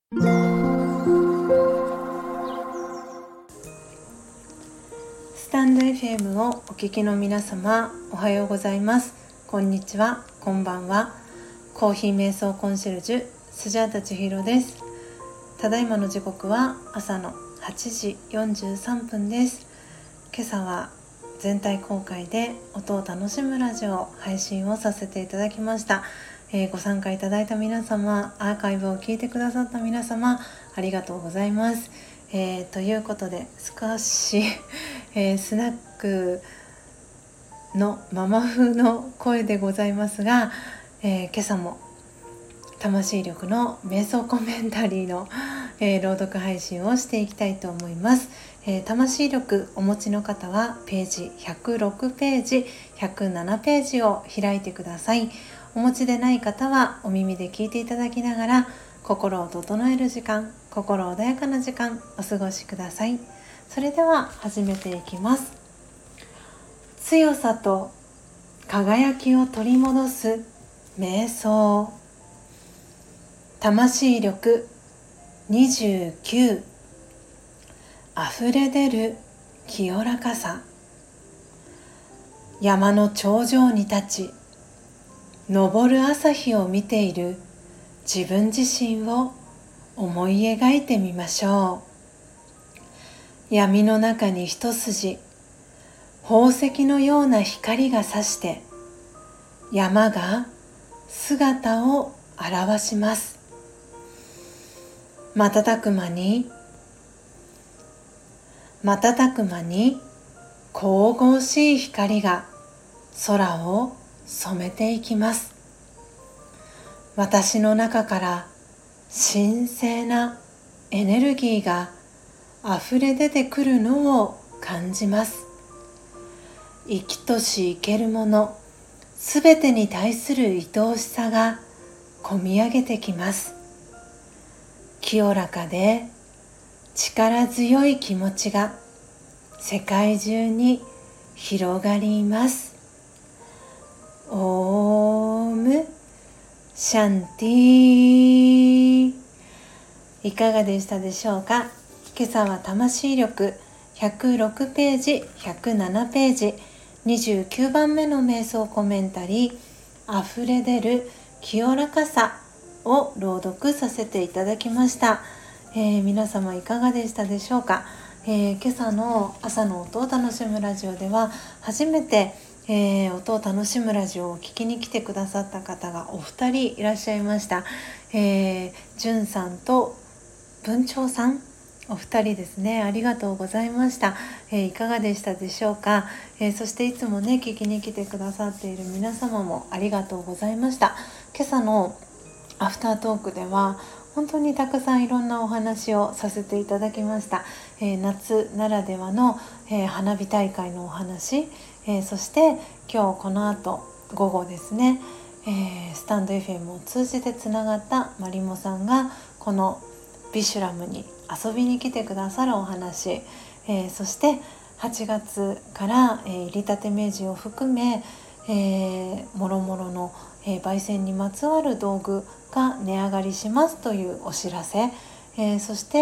スタンド FM をお聞きの皆様、おはようございます。こんにちは、こんばんは。コーヒー瞑想コンシェルジュスジャータ千尋です。ただいまの時刻は朝の8時43分です。今朝は全体公開で音を楽しむラジオ配信をさせていただきました。ご参加いただいた皆様、アーカイブを聞いてくださった皆様、ありがとうございます。ということで少し、スナックのママ風の声でございますが、今朝も魂力の瞑想コメンタリーの、朗読配信をしていきたいと思います。魂力お持ちの方はページ106ページ107ページを開いてください。お持ちでない方はお耳で聞いていただきながら、心を整える時間、心穏やかな時間お過ごしください。それでは始めていきます。強さと輝きを取り戻す瞑想。魂力29、溢れ出る清らかさ。山の頂上に立ち、昇る朝日を見ている自分自身を思い描いてみましょう。闇の中に一筋、宝石のような光が差して、山が姿を現します。瞬く間に神々しい光が空を染めていきます。私の中から神聖なエネルギーがあふれ出てくるのを感じます。生きとし生けるものすべてに対する愛おしさがこみ上げてきます。清らかで力強い気持ちが世界中に広がります。オームシャンティ。いかがでしたでしょうか。今朝は魂力106ページ107ページ29番目の瞑想コメンタリー、溢れ出る清らかさを朗読させていただきました。皆様いかがでしたでしょうか。今朝の朝の音を楽しむラジオでは初めて、音を楽しむラジオを聞きに来てくださった方がお二人いらっしゃいました。じゅんさんと文鳥さん、お二人ですね、ありがとうございました。いかがでしたでしょうか。そしていつもね聞きに来てくださっている皆様もありがとうございました。今朝のアフタートークでは本当にたくさんいろんなお話をさせていただきました。夏ならではの、花火大会のお話、そして今日この後午後ですね、スタンド FM を通じてつながったマリモさんがこのビシュラムに遊びに来てくださるお話、そして8月から、入りたて名人を含め、もろもろの、焙煎にまつわる道具が値上がりしますというお知らせ、そして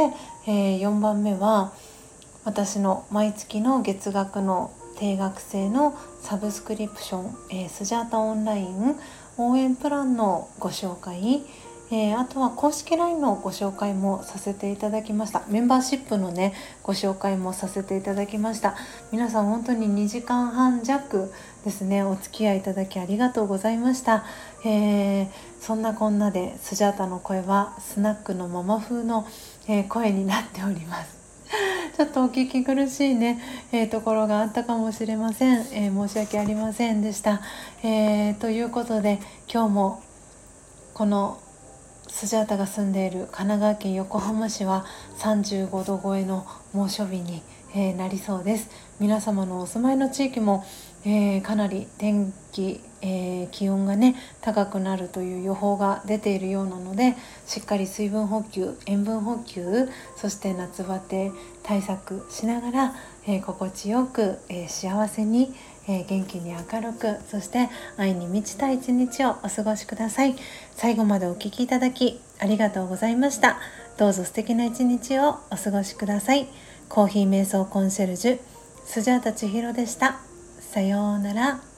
、4番目は私の毎月の月額の定額制のサブスクリプション、スジャータオンライン応援プランのご紹介、あとは公式 LINE のご紹介もさせていただきました。メンバーシップのねご紹介もさせていただきました。皆さん本当に2時間半弱ですねお付き合いいただきありがとうございました。そんなこんなでスジャータの声はスナックのママ風の、声になっております。ちょっとお聞き苦しいね、ところがあったかもしれません。申し訳ありませんでした。ということで今日もこのスジャータが住んでいる神奈川県横浜市は35度超えの猛暑日に、なりそうです。皆様のお住まいの地域も、かなり天気、気温がね高くなるという予報が出ているようなので、しっかり水分補給、塩分補給、そして夏バテ対策しながら、心地よく、幸せに、元気に明るく、そして愛に満ちた一日をお過ごしください。最後までお聞きいただきありがとうございました。どうぞ素敵な一日をお過ごしください。コーヒー瞑想コンシェルジュスジャータ千尋でした。さようなら。